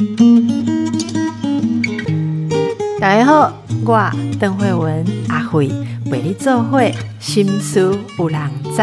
大家好，我邓惠文阿惠陪你做伙心事有人知。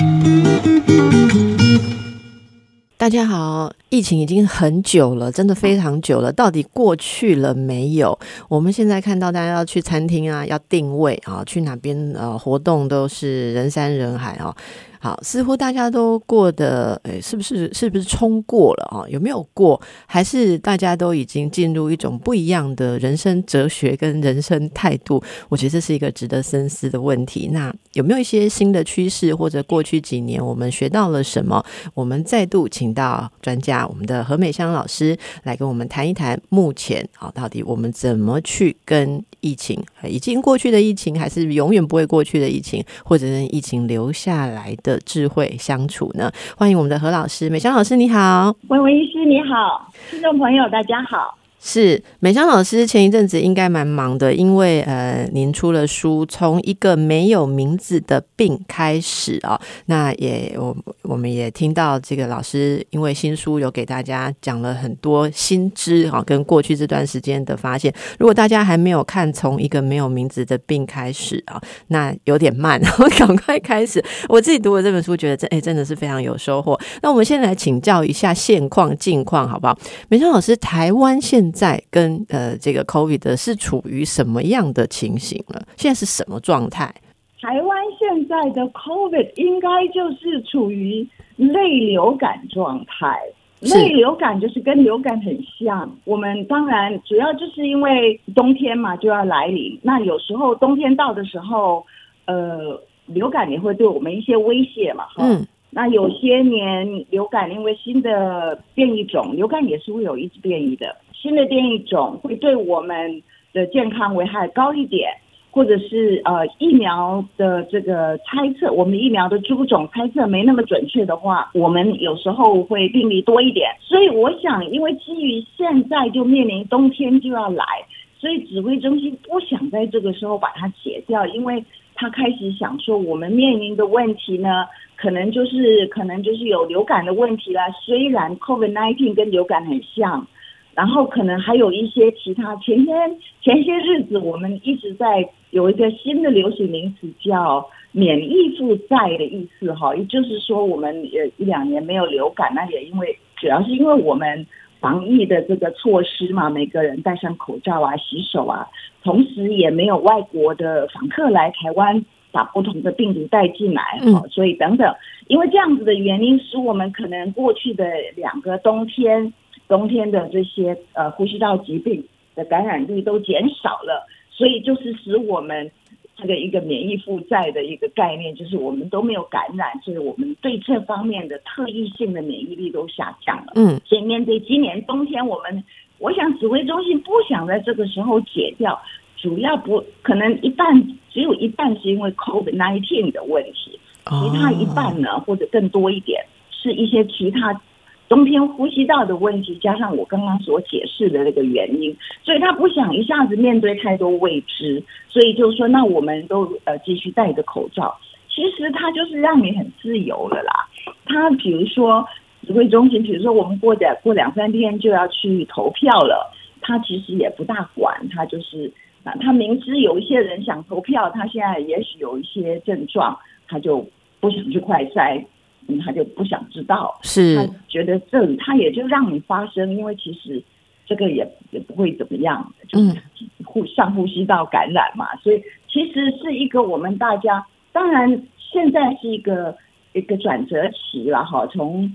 大家好，疫情已经很久了，真的非常久了，到底过去了没有？我们现在看到大家要去餐厅啊，要定位啊，去哪边活动都是人山人海啊。好，似乎大家都过得是不是冲过了啊？有没有过？还是大家都已经进入一种不一样的人生哲学跟人生态度？我觉得这是一个值得深思的问题。那有没有一些新的趋势，或者过去几年我们学到了什么？我们再度请到专家，我们的何美香老师来跟我们谈一谈目前到底我们怎么去跟疫情，已经过去的疫情，还是永远不会过去的疫情，或者是疫情留下来的智慧相处呢？欢迎我们的何老师，美香老师你好。 文文医师你好，听众朋友大家好。 是，美香老师前一阵子应该蛮忙的，因为您出了书，从一个没有名字的病开始啊。那我们也听到这个老师因为新书有给大家讲了很多新知啊，跟过去这段时间的发现。如果大家还没有看从一个没有名字的病开始啊，那有点慢，赶快开始。我自己读了这本书，觉得真的是非常有收获。那我们先来请教一下现况近况好不好？美香老师，台湾现在跟这个 COVID 是处于什么样的情形了？现在是什么状态？ 台湾现在的 COVID 应该就是处于类流感状态。类流感就是跟流感很像，我们当然主要就是因为冬天嘛就要来临，那有时候冬天到的时候流感也会对我们一些威胁嘛。那有些年流感因为新的变异种，流感也是会有一直变异的，新的变异种会对我们的健康危害高一点，或者是疫苗的这个猜测，我们疫苗的株种猜测没那么准确的话，我们有时候会病例多一点。所以我想因为基于现在就面临冬天就要来，所以指挥中心不想在这个时候把它解掉，因为他开始想说我们面临的问题呢可能就是有流感的问题啦，虽然 COVID-19 跟流感很像，然后可能还有一些其他。前些日子我们一直在有一个新的流行名词叫免疫负债的意思哈，也就是说我们一两年没有流感，那也主要是因为我们防疫的这个措施嘛，每个人戴上口罩啊，洗手啊，同时也没有外国的访客来台湾把不同的病毒带进来，所以等等，因为这样子的原因，使我们可能过去的2个冬天的这些呼吸道疾病的感染率都减少了，所以就是使我们这个一个免疫负债的一个概念，就是我们都没有感染，所以我们对这方面的特异性的免疫力都下降了。所以面对今年冬天，我想指挥中心不想在这个时候解掉，主要不可能只有一半是因为 COVID-19 的问题，其他一半呢或者更多一点是一些其他冬天呼吸道的问题，加上我刚刚所解释的那个原因，所以他不想一下子面对太多未知，所以就说那我们都继续戴着口罩。其实他就是让你很自由了啦。他比如说指挥中心，比如说我们过2-3天就要去投票了，他其实也不大管，他就是他明知有一些人想投票，他现在也许有一些症状，他就不想去快筛，他就不想知道，他觉得他也就让你发生，因为其实这个也不会怎么样，就是上呼吸道感染嘛，所以其实是一个我们大家，当然现在是一个转折期了哈，从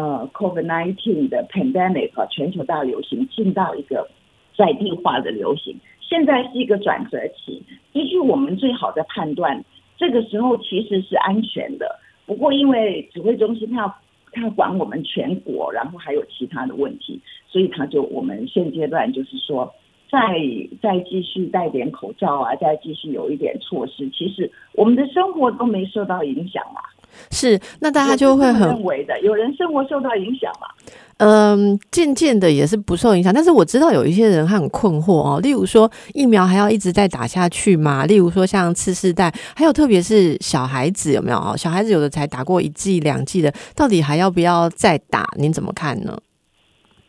COVID-19 的 pandemic 全球大流行进到一个在地化的流行，现在是一个转折期。依据我们最好的判断，这个时候其实是安全的。不过因为指挥中心他管我们全国，然后还有其他的问题，所以我们现阶段就是说再继续戴点口罩啊，再继续有一点措施，其实我们的生活都没受到影响嘛。 是，那大家就会很认为的，有人生活受到影响嘛？ 渐渐的也是不受影响，但是我知道有一些人很困惑哦，例如说疫苗还要一直再打下去吗？例如说像次世代，还有特别是小孩子有没有？小孩子有的才打过1剂2剂的，到底还要不要再打？您怎么看呢？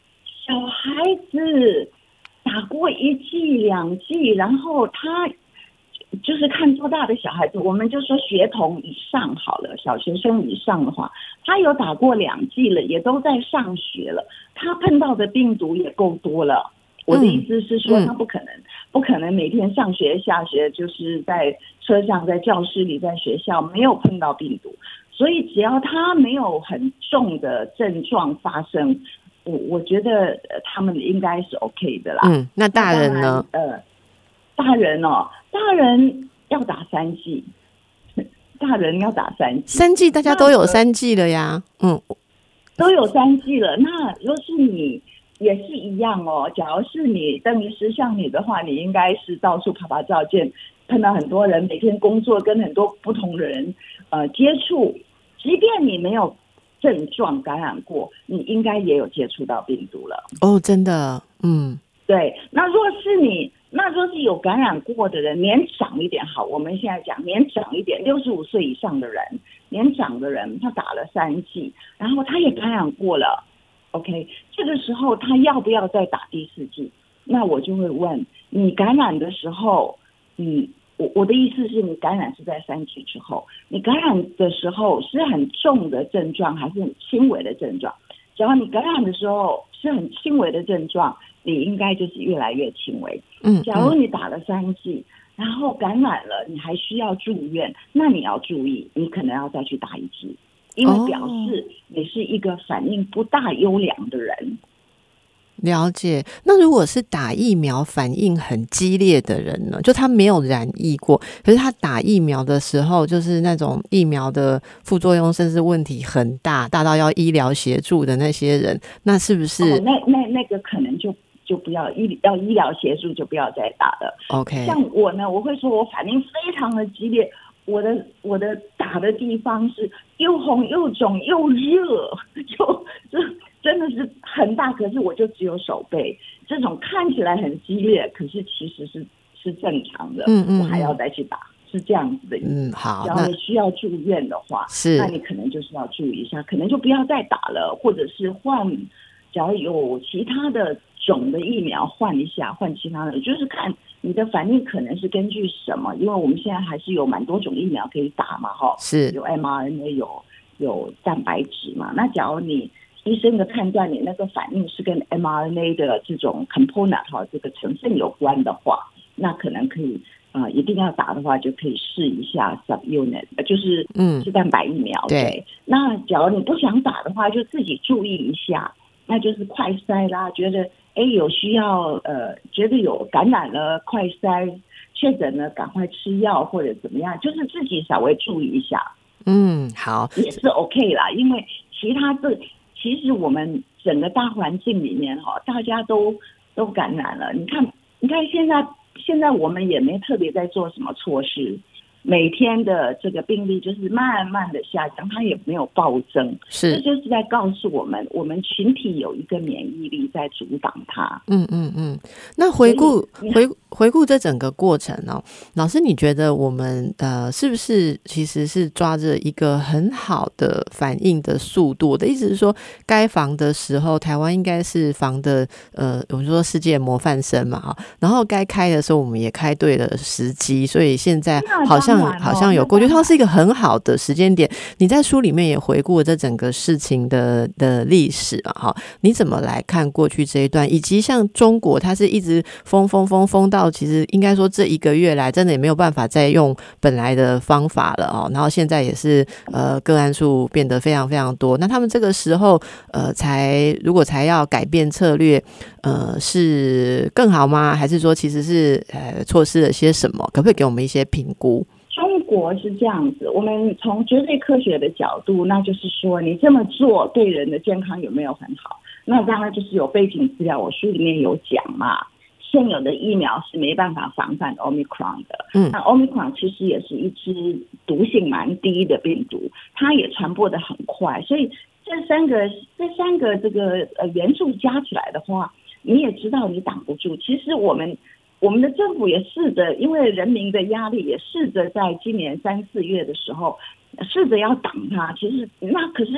小孩子打过1剂2剂，然后他就是看多大的小孩子，我们就说学童以上好了，小学生以上的话，他有打过2剂了，也都在上学了，他碰到的病毒也够多了。我的意思是说，他不可能每天上学下学就是在车上、在教室里、在学校没有碰到病毒，所以只要他没有很重的症状发生，我觉得他们应该是 OK 的啦。 那大人呢？ 大人要打3剂，大人要打3剂 ，3剂大家都有3剂了呀。 都有3剂了。那如果是你也是一样哦。假如是你邓医师像你的话，你应该是到处跑跑照见，碰到很多人，每天工作跟很多不同的人接触，即便你没有症状感染过，你应该也有接触到病毒了。 哦，真的， 对。那若是有感染过的人，年长一点好，我们现在讲年长一点，65岁以上的人，年长的人他打了3剂，然后他也感染过了 ，OK， 这个时候他要不要再打第4剂？那我就会问你，感染的时候，我的意思是你感染是在3剂之后，你感染的时候是很重的症状还是很轻微的症状？只要你感染的时候是很轻微的症状，你应该就是越来越轻微。假如你打了3剂，然后感染了，你还需要住院，那你要注意，你可能要再去打1剂，因为表示你是一个反应不大优良的人。 了解。那如果是打疫苗反应很激烈的人呢？就他没有染疫过，可是他打疫苗的时候，就是那种疫苗的副作用甚至问题很大，大到要医疗协助的那些人，那是不是？ 那个可能就不要医疗协助就不要再打了。 OK， 像我呢，我会说我反应非常的激烈，我的打的地方是又红又肿又热，就真的是很大，可是我就只有手背，这种看起来很激烈，可是其实是正常的。我还要再去打，是这样子的意思。 好， 只要你需要住院的话，那你可能就是要注意一下，可能就不要再打了，或者是换，只要有其他的种的疫苗换一下，换其他的，就是看你的反应可能是根据什么，因为我们现在还是有蛮多种疫苗可以打嘛， 是有 mRNA 有蛋白质嘛。那假如你医生的判断你那个反应是跟 mRNA 的这种 component 这个成分有关的话，那可能可以一定要打的话就可以试一下 subunit， 就是是蛋白疫苗。对。那假如你不想打的话，就自己注意一下，那就是快筛啦，觉得有需要觉得有感染了，快筛确诊了赶快吃药或者怎么样，就是自己稍微注意一下。 好， 也是 OK 啦，因为其实我们整个大环境里面大家都感染了。你看现在我们也没特别在做什么措施，每天的这个病例就是慢慢的下降，它也没有暴增，这就是在告诉我们，我们群体有一个免疫力在阻挡它。 那回顾这整个过程老师，你觉得我们是不是其实是抓着一个很好的反应的速度？我的意思是说，该防的时候，台湾应该是防的我们说世界模范生嘛，然后该开的时候，我们也开对了时机，所以现在好像有过去，它是一个很好的时间点。你在书里面也回顾了这整个事情的历史你怎么来看过去这一段，以及像中国，它是一直封到其实应该说这1个月来真的也没有办法再用本来的方法了然后现在也是个案数变得非常非常多。那他们这个时候如果才要改变策略是更好吗？还是说其实是错失了些什么？可不可以给我们一些评估？ 中国是这样子，我们从绝对科学的角度，那就是说你这么做对人的健康有没有很好？那当然就是有背景资料，我书里面有讲嘛。现有的疫苗是没办法防范 Omicron 的。那 Omicron 其实也是一支毒性蛮低的病毒，它也传播得很快，所以这三个这个元素加起来的话，你也知道你挡不住。其实我们的政府也试着，因为人民的压力，也试着在今年3、4月的时候试着要挡它。其实可是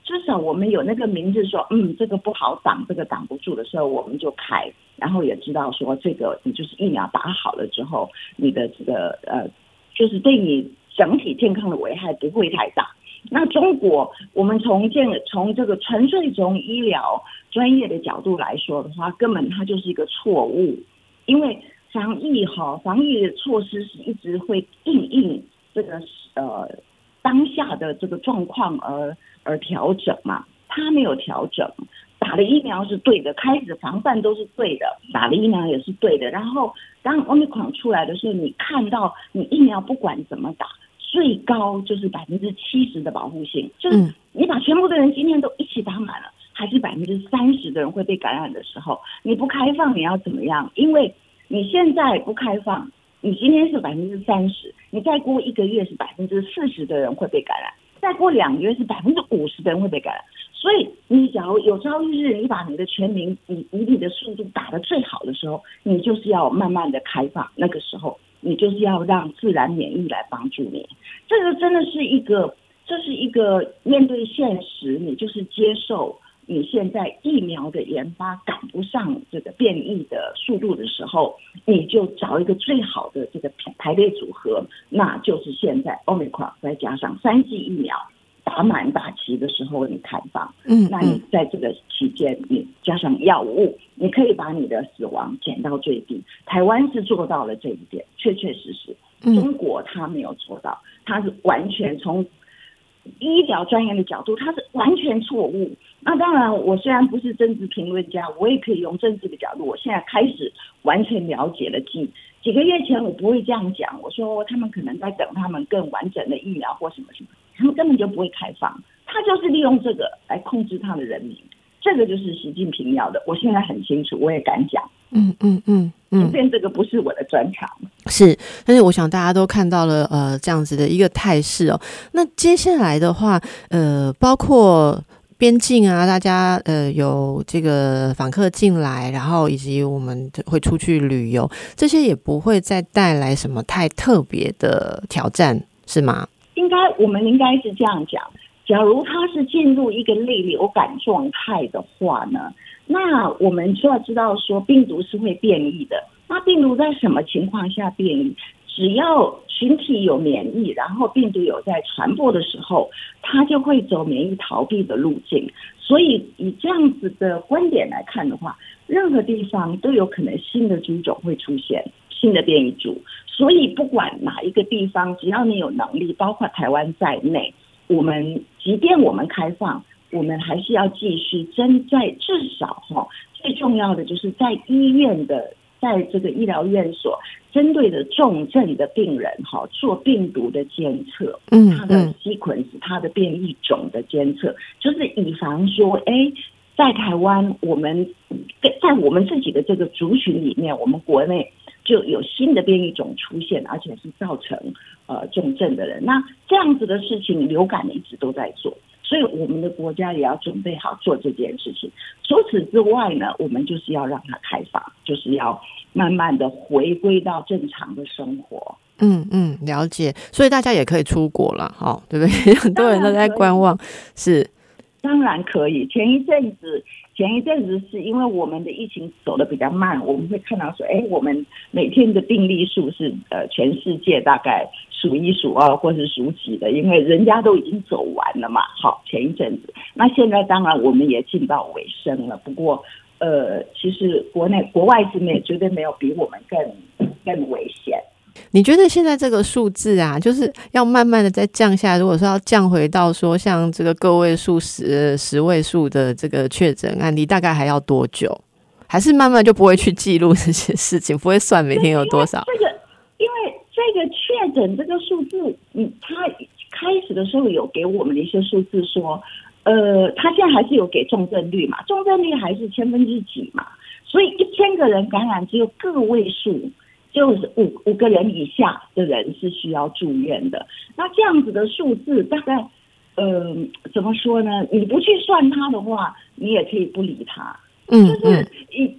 至少我们有那个名字说，这个不好挡，这个挡不住的时候，我们就开，然后也知道说这个你就是疫苗打好了之后，你的这个就是对你整体健康的危害不会太大。那中国，我们从这个纯粹从医疗专业的角度来说的话，根本它就是一个错误，因为防疫的措施是一直会因应这个当下的这个状况而调整嘛，它没有调整。打了疫苗是对的，开始防范都是对的，打了疫苗也是对的。然后当 Omicron 出来的时候，你看到你疫苗不管怎么打，最高就是70%的保护性，就是你把全部的人今天都一起打满了，还是30%的人会被感染的时候，你不开放你要怎么样？因为你现在不开放，你今天是30%，你再过1个月是40%的人会被感染，再过2个月是50%的人会被感染。所以你假如有朝一日你把你的全民以你的速度打得最好的时候，你就是要慢慢的开放，那个时候你就是要让自然免疫来帮助你。这个真的是这是一个面对现实，你就是接受你现在疫苗的研发赶不上这个变异的速度的时候，你就找一个最好的这个排列组合，那就是现在 Omicron 再加上3剂疫苗打满打齐的时候你开放，那你在这个期间你加上药物，你可以把你的死亡减到最低。台湾是做到了这一点，确确实实。中国他没有做到，他是完全从医疗专业的角度，他是完全错误。那当然，我虽然不是政治评论家，我也可以用政治的角度，我现在开始完全了解了几个月前我不会这样讲，我说他们可能在等他们更完整的疫苗或什么什么，他们根本就不会开放，他就是利用这个来控制他的人民，这个就是习近平要的，我现在很清楚，我也敢讲。即便这个不是我的专长， 是，但是我想大家都看到了这样子的一个态势哦。那接下来的话，包括边境啊，大家有这个访客进来，然后以及我们会出去旅游，这些也不会再带来什么太特别的挑战，是吗？ 我们应该是这样讲，假如它是进入一个类流感状态的话呢，那我们就要知道说病毒是会变异的。那病毒在什么情况下变异？只要群体有免疫，然后病毒有在传播的时候，它就会走免疫逃避的路径。所以以这样子的观点来看的话，任何地方都有可能新的株种会出现，新的变异株。所以不管哪一个地方，只要你有能力，包括台湾在内，即便我们开放，我们还是要继续至少最重要的就是在医院的，在这个医疗院所针对的重症的病人做病毒的监测，它的sequence，它的变异种的监测，就是以防说在台湾在我们自己的这个族群里面，我们国内就有新的变异种出现，而且是造成重症的人。那这样子的事情流感一直都在做，所以我们的国家也要准备好做这件事情。除此之外呢，我们就是要让它开放，就是要慢慢的回归到正常的生活。 了解。所以大家也可以出国了，对不对？很多人都在观望。是，当然可以。前一阵子是因为我们的疫情走得比较慢，我们会看到说，我们每天的病例数是全世界大概数1数2或是数几的，因为人家都已经走完了嘛。好，前一阵子，那现在当然我们也进到尾声了。不过其实国外是绝对没有比我们更危险。你觉得现在这个数字啊，就是要慢慢的再降下来，如果说要降回到说像这个个位数十位数的这个确诊案例，大概还要多久？还是慢慢就不会去记录这些事情，不会算每天有多少？因为这个确诊这个数字，他开始的时候有给我们的一些数字说，他现在还是有给重症率嘛，重症率还是千分之几嘛，所以1000个人感染只有个位数。就是五个人以下的人是需要住院的。那这样子的数字大概怎么说呢？你不去算它的话，你也可以不理它。就是即便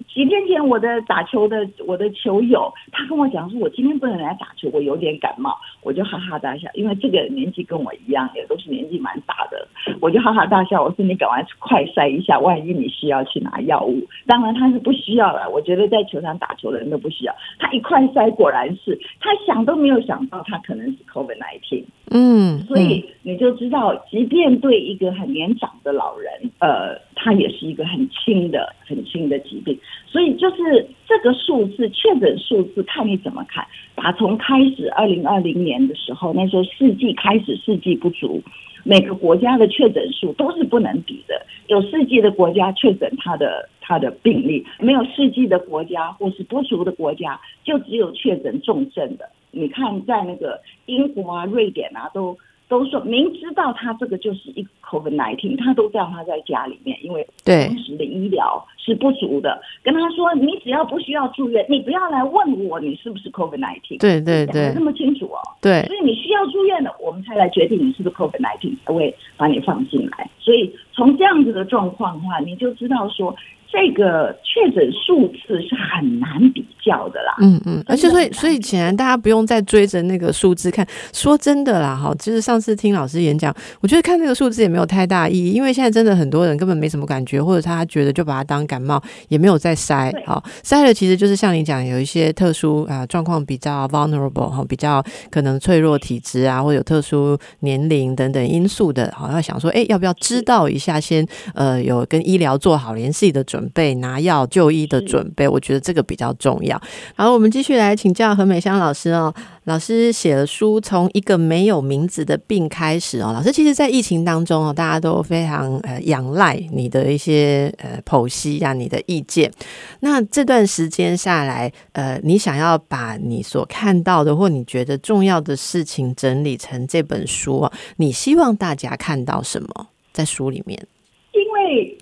天我的打球的我的球友，他跟我讲说，我今天不能来打球，我有点感冒，我就哈哈大笑，因为这个年纪跟我一样，也都是年纪蛮大的，我就哈哈大笑。我说你赶快快筛一下，万一你需要去拿药物。当然他是不需要了，我觉得在球场打球的人都不需要。他一快筛，果然是，他想都没有想到他可能是 COVID-19。所以你就知道，即便对一个很年长的老人，他也是一个很轻的疾病。所以就是这个数字，确诊数字看你怎么看。打从开始2020年的时候，那时候世纪不足，每个国家的确诊数都是不能比的。有世纪的国家确诊他的病例，没有世纪的国家或是不足的国家，就只有确诊重症的。你看，在那个英国啊、瑞典啊，都说明知道他这个就是一个 COVID-19， 他都叫他在家里面，因为当时的医疗是不足的。跟他说，你只要不需要住院，你不要来问我你是不是 COVID-19。 对对对， 讲得这么清楚哦。 对， 所以你需要住院的，我们才来决定你是不是 COVID-19， 才会把你放进来。所以从这样子的状况的话，你就知道说，这个确诊数字是很难比较的啦。 而且所以显然大家不用再追着那个数字看。说真的啦，就是上次听老师演讲，我觉得看那个数字也没有太大意义，因为现在真的很多人根本没什么感觉，或者他觉得就把它当感冒，也没有再筛。筛了其实就是像你讲，有一些特殊状况比较 vulnerable， 比较可能脆弱体质啊，或有特殊年龄等等因素的，要想说要不要知道一下，先有跟医疗做好联系的准备，拿药就医的准备，我觉得这个比较重要。好，我们继续来请教何美香老师哦。老师写了书，从一个没有名字的病开始哦。老师其实在疫情当中哦，大家都非常仰赖你的一些剖析啊，你的意见。那这段时间下来，你想要把你所看到的或你觉得重要的事情整理成这本书哦，你希望大家看到什么在书里面？ 因为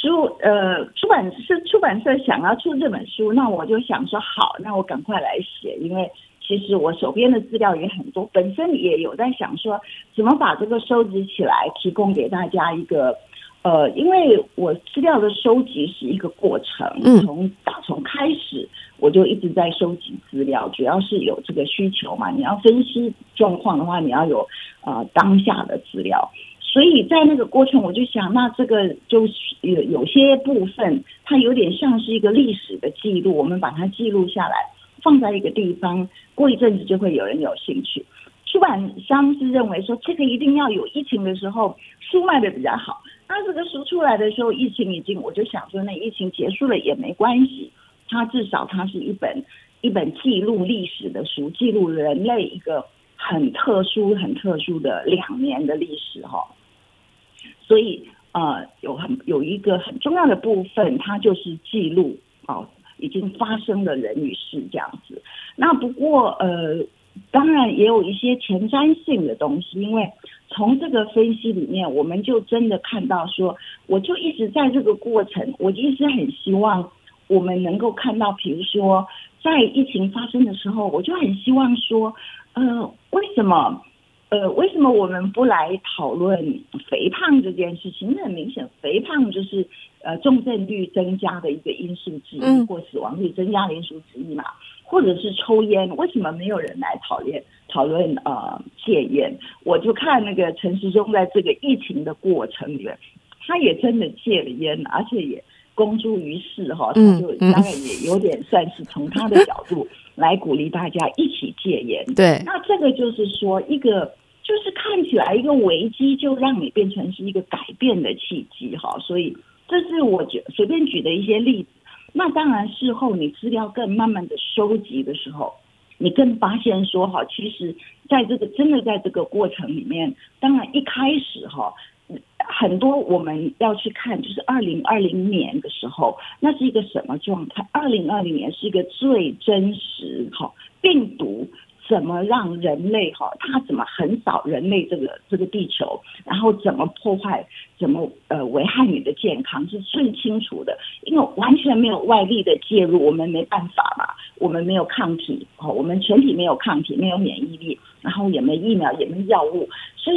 出版社想要出这本书，那我就想说好，那我赶快来写，因为其实我手边的资料也很多，本身也有在想说怎么把这个收集起来，提供给大家一个因为我资料的收集是一个过程，从开始我就一直在收集资料，主要是有这个需求嘛，你要分析状况的话，你要有当下的资料。所以在那个过程，我就想，那这个就是有些部分，它有点像是一个历史的记录，我们把它记录下来，放在一个地方，过一阵子就会有人有兴趣。出版商是认为说，这个一定要有疫情的时候书卖的比较好。那这个书出来的时候，疫情我就想说，那疫情结束了也没关系，它至少它是一本记录历史的书，记录人类一个很特殊的2年的历史哈。所以有一个很重要的部分，它就是记录已经发生的人与事这样子。那不过当然也有一些前瞻性的东西，因为从这个分析里面，我们就真的看到说，我就一直在这个过程，我一直很希望我们能够看到，比如说在疫情发生的时候，我就很希望说为什么我们不来讨论肥胖这件事情？那很明显，肥胖就是重症率增加的一个因素之一，或死亡率增加的因素之一嘛。或者是抽烟，为什么没有人来讨论戒烟？我就看那个陈时中在这个疫情的过程里面，他也真的戒了烟，而且也公诸于世哈，他就当然也有点算是从他的角度来鼓励大家一起戒烟。 对， 那这个就是说一个。就是看起来一个危机，就让你变成是一个改变的契机哈，所以这是我随便举的一些例子。那当然事后你资料更慢慢的收集的时候，你更发现说哈，其实在这个过程里面，当然一开始哈，很多我们要去看，就是2020年的时候，那是一个什么状态？2020年是一个最真实哈，病毒怎么让人类它怎么横扫人类这个地球，然后怎么破坏，怎么危害你的健康是最清楚的，因为完全没有外力的介入，我们没办法嘛，我们没有抗体我们全体没有抗体，没有免疫力，然后也没疫苗，也没药物，所以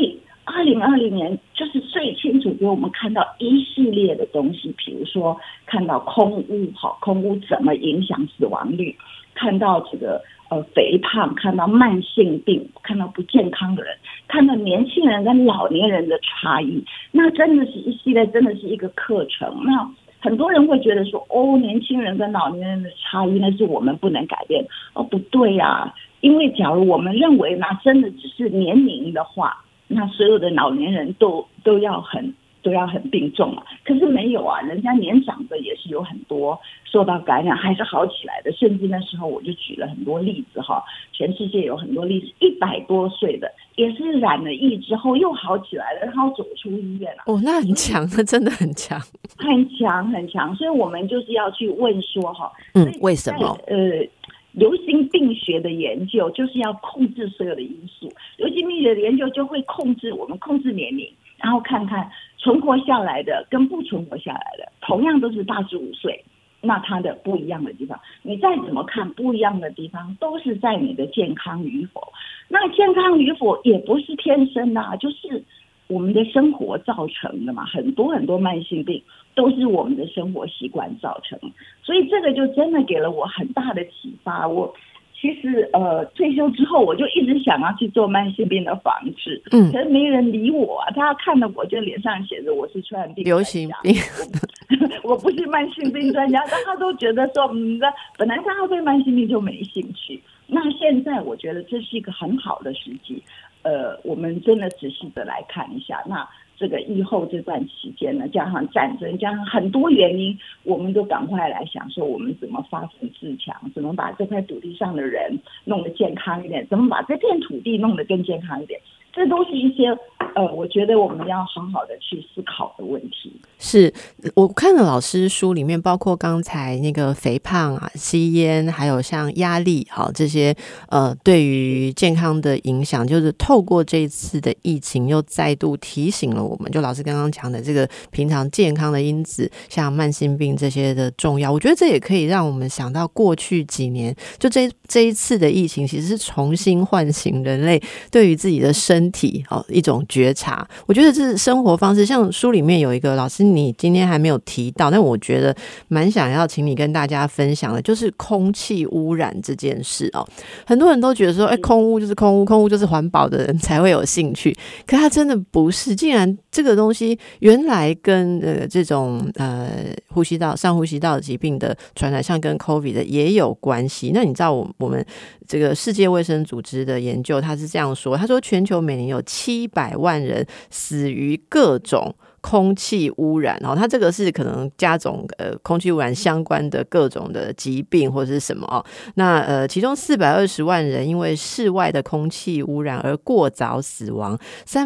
2020年就是最清楚给我们看到一系列的东西，比如说看到空污，空污怎么影响死亡率，看到这个肥胖，看到慢性病，看到不健康的人，看到年轻人跟老年人的差异，那真的是一系列，真的是一个课程。那很多人会觉得说，年轻人跟老年人的差异那是我们不能改变。不对啊，因为假如我们认为那真的只是年龄的话，那所有的老年人都要很病重啊。可是没有啊，人家年长的也是有很多受到感染还是好起来的，甚至那时候我就举了很多例子哈，全世界有很多例子，100多岁的也是染了疫之后又好起来了，然后走出医院了。 那很强，那真的很强， 很强。所以我们就是要去问说哈， 为什么？ 流行病学的研究就是要控制所有的因素，流行病学的研究就会控制年龄，然后看看存活下来的跟不存活下来的，同样都是85岁，那它的不一样的地方，你再怎么看不一样的地方，都是在你的健康与否。那健康与否也不是天生的就是我们的生活造成的嘛，很多慢性病都是我们的生活习惯造成，所以这个就真的给了我很大的启发。我其实退休之后我就一直想要去做慢性病的防治，可是没人理我啊，他看了我就脸上写着我是传染病流行病， 我不是慢性病专家，但他都觉得说本来他对慢性病就没兴趣。那现在我觉得这是一个很好的时机，我们真的仔细的来看一下，那这个疫后这段期间呢，加上战争，加上很多原因，我们都赶快来想说我们怎么发愤自强，怎么把这块土地上的人弄得健康一点，怎么把这片土地弄得更健康一点，这都是一些我觉得我们要好好的去思考的问题。 是我看了老师书里面，包括刚才那个肥胖啊、吸烟，还有像压力这些对于健康的影响，就是透过这一次的疫情又再度提醒了我们，就老师刚刚讲的这个平常健康的因子，像慢性病这些的重要。我觉得这也可以让我们想到过去几年，就这一次的疫情其实是重新唤醒人类对于自己的身体一种觉察。我觉得这是生活方式，像书里面有一个老师你今天还没有提到，但我觉得蛮想要请你跟大家分享的，就是空气污染这件事很多人都觉得说空污就是空污，空污就是环保的人才会有兴趣，可它真的不是。竟然这个东西原来跟这种上呼吸道疾病的传染，像跟 COVID 的也有关系。那你知道我们这个世界卫生组织的研究，他是这样说，他说全球每年有700万人死于各种空气污染，它这个是可能加总空气污染相关的各种的疾病或者是什么那其中420万人因为室外的空气污染而过早死亡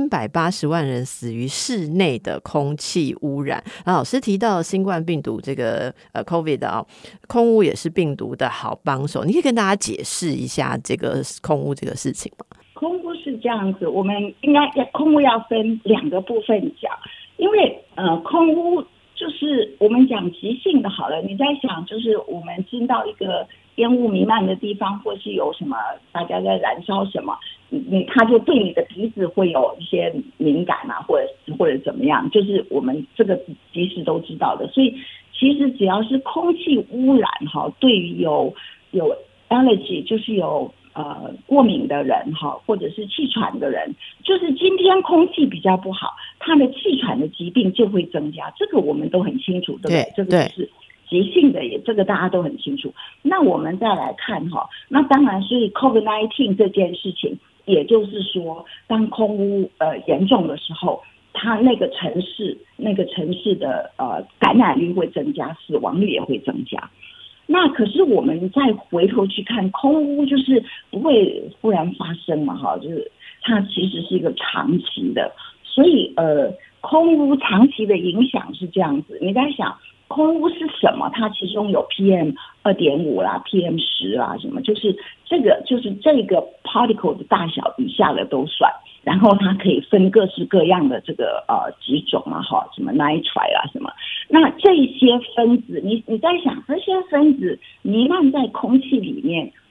，380万人死于室内的空气污染。然后老师提到新冠病毒这个COVID 空污也是病毒的好帮手，你可以跟大家解释一下这个空污这个事情吗？ 空污是这样子，我们应该空污要分2个部分讲。因为空污就是我们讲急性的好了，你在想就是我们进到一个烟雾弥漫的地方，或是有什么大家在燃烧什么，它就对你的鼻子会有一些敏感啊，或者怎么样，就是我们这个即时都知道的。所以其实只要是空气污染对于有 allergy 就是有过敏的人或者是气喘的人，就是今天空气比较不好，他的气喘的疾病就会增加，这个我们都很清楚，对不对？这个是急性的，这个大家都很清楚。那我们再来看那当然所以 COVID-19 这件事情，也就是说当空污严重的时候，它那个城市的感染率会增加，死亡率也会增加。那可是我们再回头去看，空污就是不会忽然发生嘛就是它其实是一个长期的，所以空污长期的影响是这样子。你在想空污是什么？它其中有 PM2.5 啦 PM10 啦什么，就是这个 particle 的大小以下的都算，然后它可以分各式各样的这个几种什么 nitride 啦什么。那这些分子你在想这些分子弥漫在空气里面，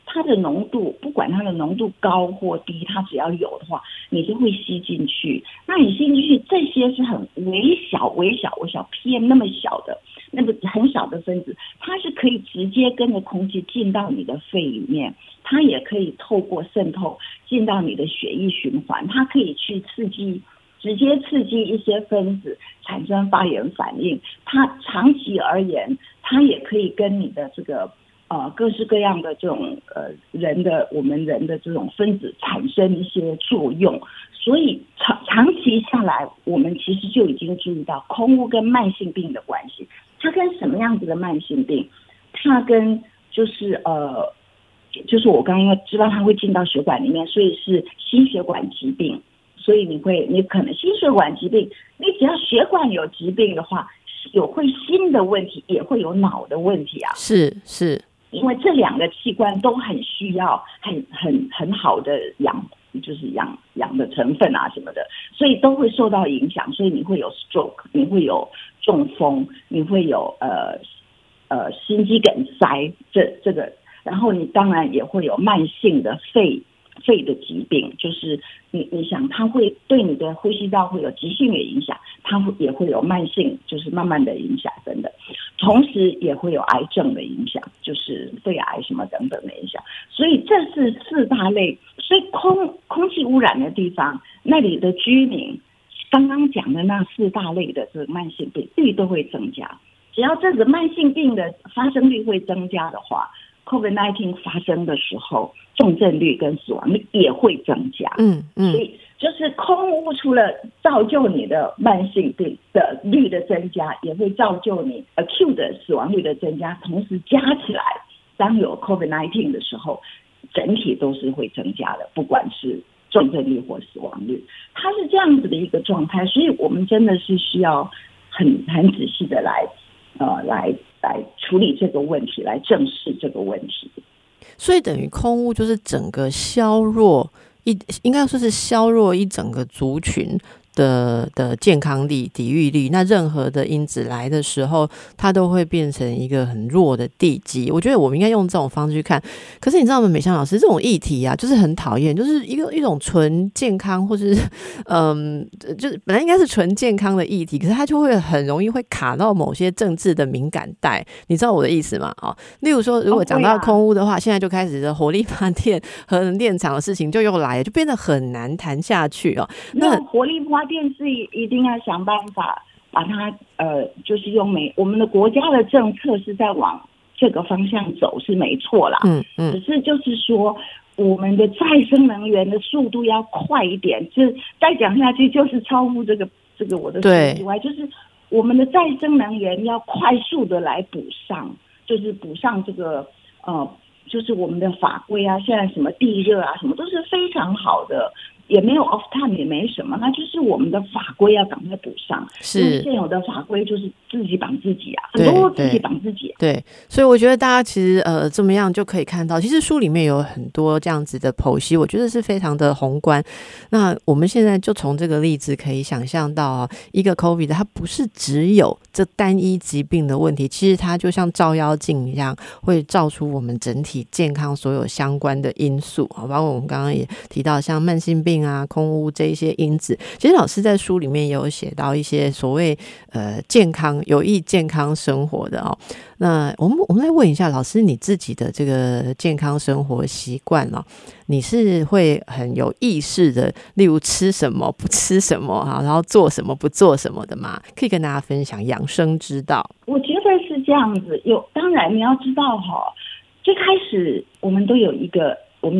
它的浓度不管它的浓度高或低，它只要有的话，你就会吸进去。那你吸进去，这些是很微小 PM 那么小的，那个很小的分子，它是可以直接跟着空气进到你的肺里面，它也可以透过渗透进到你的血液循环，它可以去直接刺激一些分子产生发炎反应。它长期而言，它也可以跟你的这个各式各样的这种我们人的这种分子产生一些作用。所以长期下来，我们其实就已经注意到空污跟慢性病的关系。它跟什么样子的慢性病？它跟就是我刚刚因为知道它会进到血管里面，所以是心血管疾病。所以你可能心血管疾病，你只要血管有疾病的话，会心的问题，也会有脑的问题啊。 是， 因为这两个器官都很需要很好的就是氧的成分啊什么的，所以都会受到影响。所以你会有 stroke， 你会有中风，你会有心肌梗塞这个，然后你当然也会有慢性的肺的疾病，就是你想它会对你的呼吸道会有急性的影响，它也会有慢性，就是慢慢的影响等等，同时也会有癌症的影响，就是肺癌什么等等的影响。所以这是4大类。所以空气污染的地方，那里的居民刚刚讲的那4大类的这个慢性病率都会增加。只要这个慢性病的发生率会增加的话，COVID-19 发生的时候，重症率跟死亡率也会增加。所以就是空污除了造就你的慢性病的率的增加，也会造就你 acute 的死亡率的增加，同时加起来，当有 COVID-19 的时候，整体都是会增加的，不管是重症率或死亡率，它是这样子的一个状态。所以我们真的是需要很仔细的来处理这个问题，来正视这个问题。 所以等于空污就是整个应该说是削弱一整个族群的健康力、抵御力。那任何的因子来的时候，它都会变成一个很弱的地基。我觉得我们应该用这种方式去看。可是你知道吗，美香老师，这种议题啊，就是很讨厌，就是一种纯健康，或是就是本来应该是纯健康的议题，可是它就会很容易会卡到某些政治的敏感带。你知道我的意思吗？例如说，如果讲到空污的话，现在就开始的火力发电、核能电厂的事情就又来了，就变得很难谈下去哦。 那火力发电是一定要想办法把它就是我们的国家的政策是在往这个方向走，是没错啦。只是就是说我们的再生能源的速度要快一点，就再讲下去就是超乎这个我的思维，就是我们的再生能源要快速的来补上，就是补上这个就是我们的法规啊，现在什么地热啊什么都是非常好的，也没有 off time 也没什么，那就是我们的法规要赶快补上。是现有的法规就是自己绑自己啊，很多自己绑自己。 对，所以我觉得大家其实这么样就可以看到，其实书里面有很多这样子的剖析，我觉得是非常的宏观。那我们现在就从这个例子可以想象到一个 COVID 它不是只有这单一疾病的问题，其实它就像照妖镜一样，会照出我们整体健康所有相关的因素，包括我们刚刚也提到像慢性病啊、空污这一些因子。其实老师在书里面也有写到一些所谓健康有益健康生活的哦。那我们来问一下老师，你自己的这个健康生活习惯哦，你是会很有意识的，例如吃什么不吃什么啊，然后做什么不做什么的吗？可以跟大家分享养生之道。 我觉得是这样子，当然你要知道最开始我们都有一个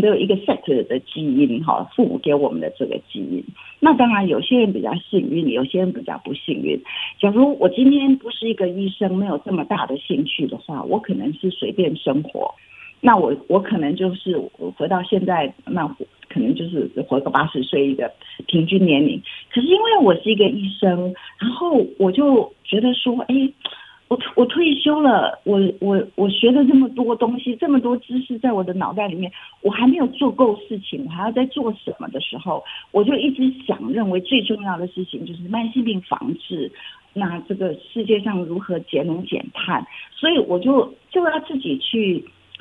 set 的基因父母给我们的这个基因。那当然有些人比较幸运，有些人比较不幸运。假如我今天不是一个医生，没有这么大的兴趣的话，我可能是随便生活。那我可能就是活到现在，那可能就是活个80岁一个平均年龄。可是因为我是一个医生，然后我就觉得说，我退休了，我学了这么多东西，这么多知识在我的脑袋里面，我还没有做够事情，我还要在做什么的时候，我就一直认为最重要的事情就是慢性病防治。那这个世界上如何节能减碳，所以我就要自己去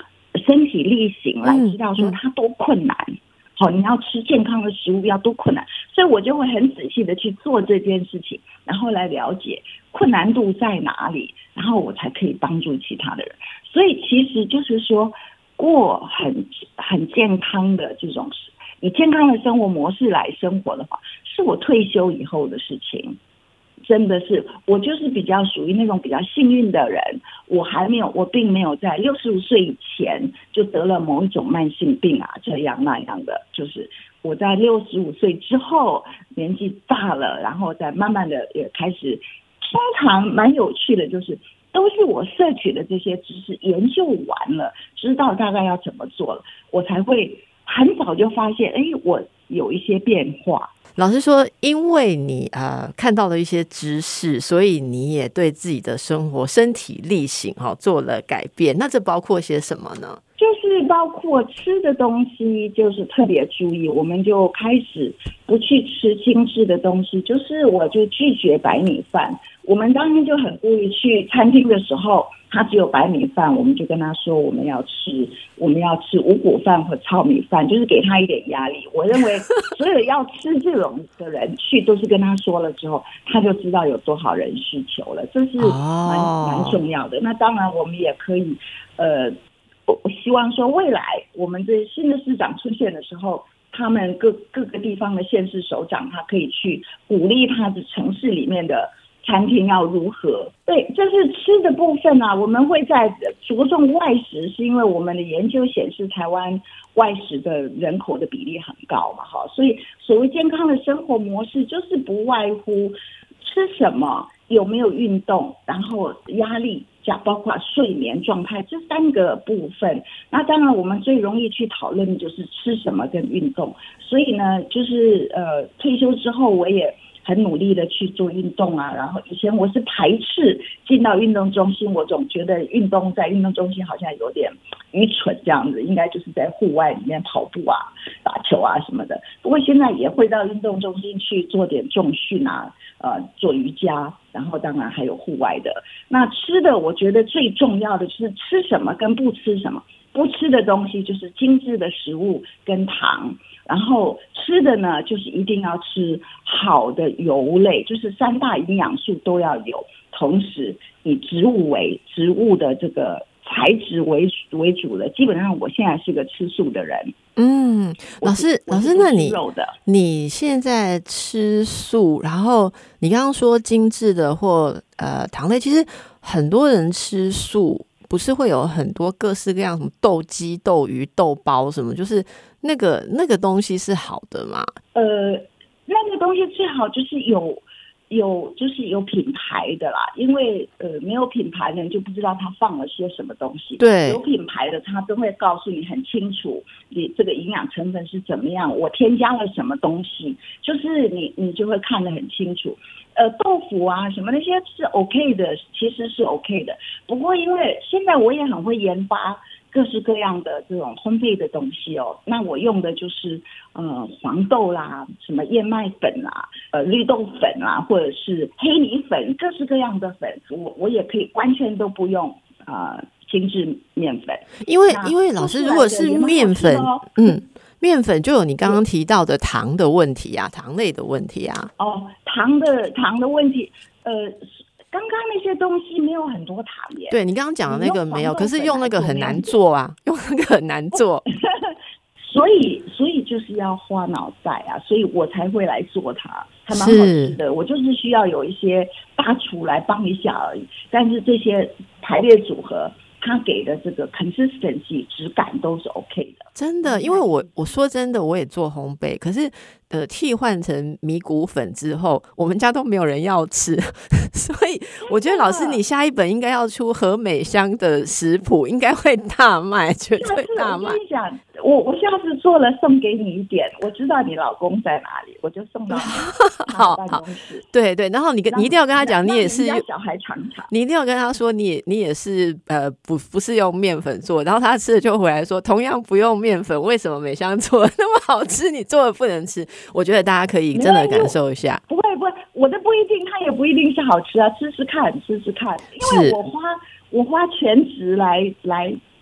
身体力行来知道说它多困难。好，你要吃健康的食物要多困难，所以我就会很仔细的去做这件事情，然后来了解困难度在哪里，然后我才可以帮助其他的人。所以其实就是说，过很健康的这种以健康的生活模式来生活的话，是我退休以后的事情。真的是我就是比较属于那种比较幸运的人，我并没有在65岁以前就得了某一种慢性病啊，这样那样的，就是我在65岁之后年纪大了，然后再慢慢的也开始，通常蛮有趣的，就是都是我摄取的这些知识研究完了，知道大概要怎么做了，我才会很早就发现，我有一些变化。 老师说，因为你看到了一些知识，所以你也对自己的生活身体力行做了改变。那这包括些什么呢？ 就是包括吃的东西，就是特别注意，我们就开始不去吃精致的东西，就是我就拒绝白米饭。我们当天就很故意去餐厅的时候，他只有白米饭，我们就跟他说我们要吃五谷饭或糙米饭，就是给他一点压力。我认为所有要吃这种的人去都是跟他说了之后，他就知道有多少人需求了，这是蛮重要的。那当然我们也可以我希望说未来我们这新的市长出现的时候，他们各个地方的县市首长，他可以去鼓励他的城市里面的餐厅要如何。对，这是吃的部分啊，我们会在着重外食，是因为我们的研究显示台湾外食的人口的比例很高嘛，所以所谓健康的生活模式就是不外乎吃什么，有没有运动，然后压力包括睡眠状态这3个部分。那当然我们最容易去讨论的就是吃什么跟运动，所以呢就是退休之后我也很努力的去做运动啊，然后以前我是排斥进到运动中心，我总觉得在运动中心好像有点愚蠢这样子，应该就是在户外里面跑步啊、打球啊什么的。不过现在也会到运动中心去做点重训啊，做瑜伽，然后当然还有户外的。那吃的我觉得最重要的就是吃什么跟不吃什么。不吃的东西就是精致的食物跟糖，然后吃的呢就是一定要吃好的油类，就是3大营养素都要有，同时以植物的这个材质为主的。基本上我现在是个吃素的人。 老师，那你现在吃素，然后你刚刚说精致的或糖类，其实很多人吃素不是会有很多各式各样什么豆鸡、豆鱼、豆包什么，就是那个东西是好的吗？ 那个东西最好就是就是有品牌的啦，因为没有品牌的人就不知道他放了些什么东西。 对， 有品牌的他都会告诉你很清楚，你这个营养成分是怎么样，我添加了什么东西，就是你就会看得很清楚。豆腐啊什么那些是 OK 的，其实是 OK 的。不过因为现在我也很会研发各式各样的这种烘焙的东西哦，那我用的就是黄豆啦，什么燕麦粉啦，绿豆粉啦，或者是黑米粉，各式各样的粉，我也可以完全都不用精致面粉。 因为老师如果是面粉，面粉就有你刚刚提到的糖的问题啊，糖类的问题啊。 糖的问题，刚刚那些东西没有很多糖耶。 对，你刚刚讲的那个没有，可是用那个很难做啊，用那个很难做。 所以就是要花脑袋啊，所以我才会来做它，还蛮好吃的。我就是需要有一些大厨来帮一下而已，但是这些排列组合，它给的这个 consistency 质感都是 OK 的。 真的，因为我说真的，我也做烘焙，可是替换成米谷粉之后，我们家都没有人要吃，所以我觉得老师你下一本应该要出和美香的食谱，应该会大卖，绝对大卖。 我跟你讲，我下次做了送给你一点，我知道你老公在哪里，我就送到他办公室。 对，然后你一定要跟他讲，你也是小孩尝尝， 你一定要跟他说你也是不是用面粉做，然后他吃了就回来说，同样不用面粉，为什么美香做的那么好吃，你做的不能吃？我觉得大家可以真的感受一下。 不会，我的不一定，它也不一定是好吃啊，吃吃看，因为我花全职来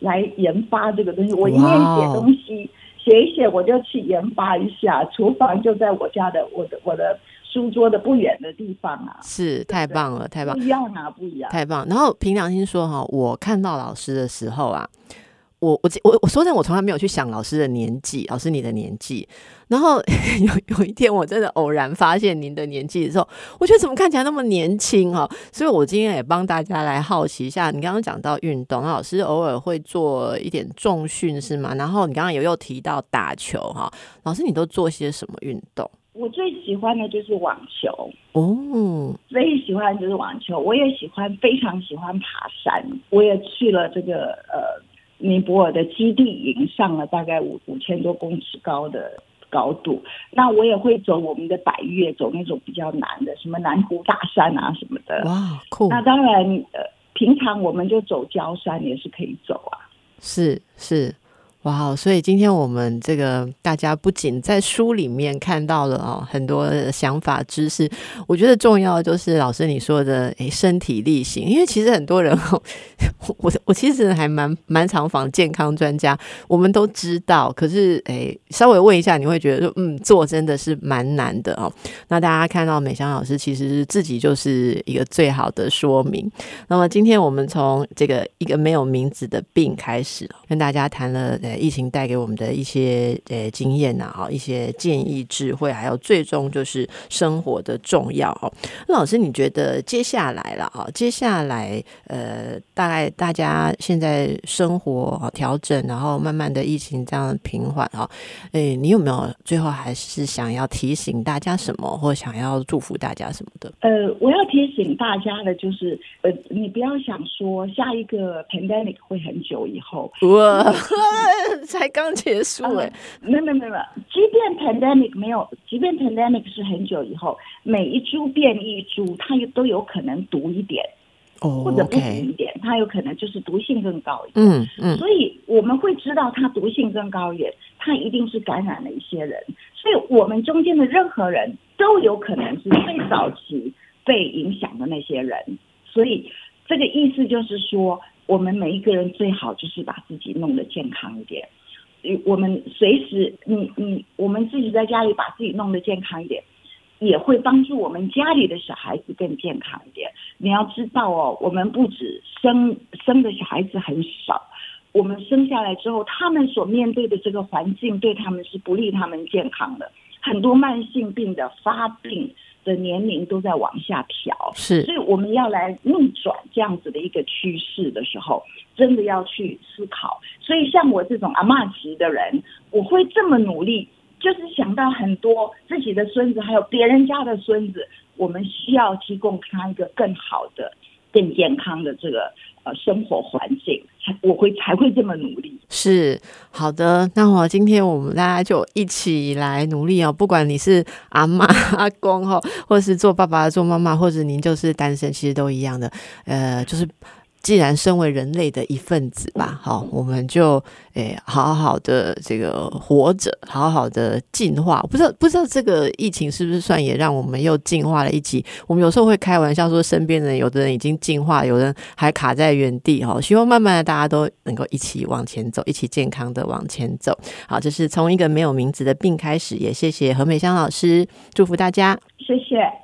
来研发这个东西。我一面写东西，写一写我就去研发一下，厨房就在我家的我的书桌的不远的地方啊。 是，太棒了，太棒， 不一样啊，不一样， 太棒。然后凭良心说哈，我看到老师的时候啊，我说真的，我从来没有去想老师的年纪，老师你的年纪。然后有一天我真的偶然发现您的年纪的时候，我觉得怎么看起来那么年轻哈，所以我今天也帮大家来好奇一下，你刚刚讲到运动，那老师偶尔会做一点重训是吗？然后你刚刚又提到打球哈，老师你都做些什么运动？ 我最喜欢的就是网球哦， 最喜欢的就是网球。我也非常喜欢爬山，我也去了这个尼泊尔的基地营，上了大概5000多公尺高的高度。那我也会走我们的百岳，走那种比较难的，什么南湖大山啊什么的。 哇，酷！ 那当然，平常我们就走郊山也是可以走啊。 是。哇，所以今天我们这个大家不仅在书里面看到了很多想法知识，我觉得重要的就是老师你说的身体力行。因为其实很多人我其实还蛮常访健康专家，我们都知道，可是稍微问一下你会觉得说做真的是蛮难的哦。那大家看到美香老师其实自己就是一个最好的说明。那么今天我们从这个一个没有名字的病开始，跟大家谈了疫情带给我们的一些经验啊，一些建议智慧，还有最终就是生活的重要哦。那老师你觉得接下来大概大家现在生活调整，然后慢慢的疫情这样平缓你有没有最后还是想要提醒大家什么，或想要祝福大家什么的？ 我要提醒大家的就是你不要想说下一个 pandemic 会很久以后。 哇才刚结束没有，即便 pandemic 是很久以后，每一株变异株它都有可能毒一点，或者不毒一点，它有可能就是毒性更高一点。所以我们会知道它毒性更高一点，它一定是感染了一些人，所以我们中间的任何人都有可能是最早期被影响的那些人。所以这个意思就是说，我们每一个人最好就是把自己弄得健康一点。我们随时我们自己在家里把自己弄得健康一点，也会帮助我们家里的小孩子更健康一点。你要知道我们不止生的小孩子很少，我们生下来之后，他们所面对的这个环境对他们是不利他们健康的。很多慢性病的发病的年龄都在往下调，所以我们要来逆转这样子的一个趋势的时候，真的要去思考。所以像我这种阿嬷级的人，我会这么努力，就是想到很多自己的孙子还有别人家的孙子，我们需要提供他一个更好的更健康的这个生活环境，才会这么努力。 是，好的，那今天我们大家就一起来努力不管你是阿嬷阿公或是做爸爸做妈妈，或者您就是单身，其实都一样的，就是既然身为人类的一份子吧，我们就好好的这个活着，好好的进化。不知道这个疫情是不是算也让我们又进化了一级。我们有时候会开玩笑说，身边的人有的人已经进化，有人还卡在原地希望慢慢的大家都能够一起往前走，一起健康的往前走。好，这是从一个没有名字的病开始，也谢谢何美香老师，祝福大家， 谢谢。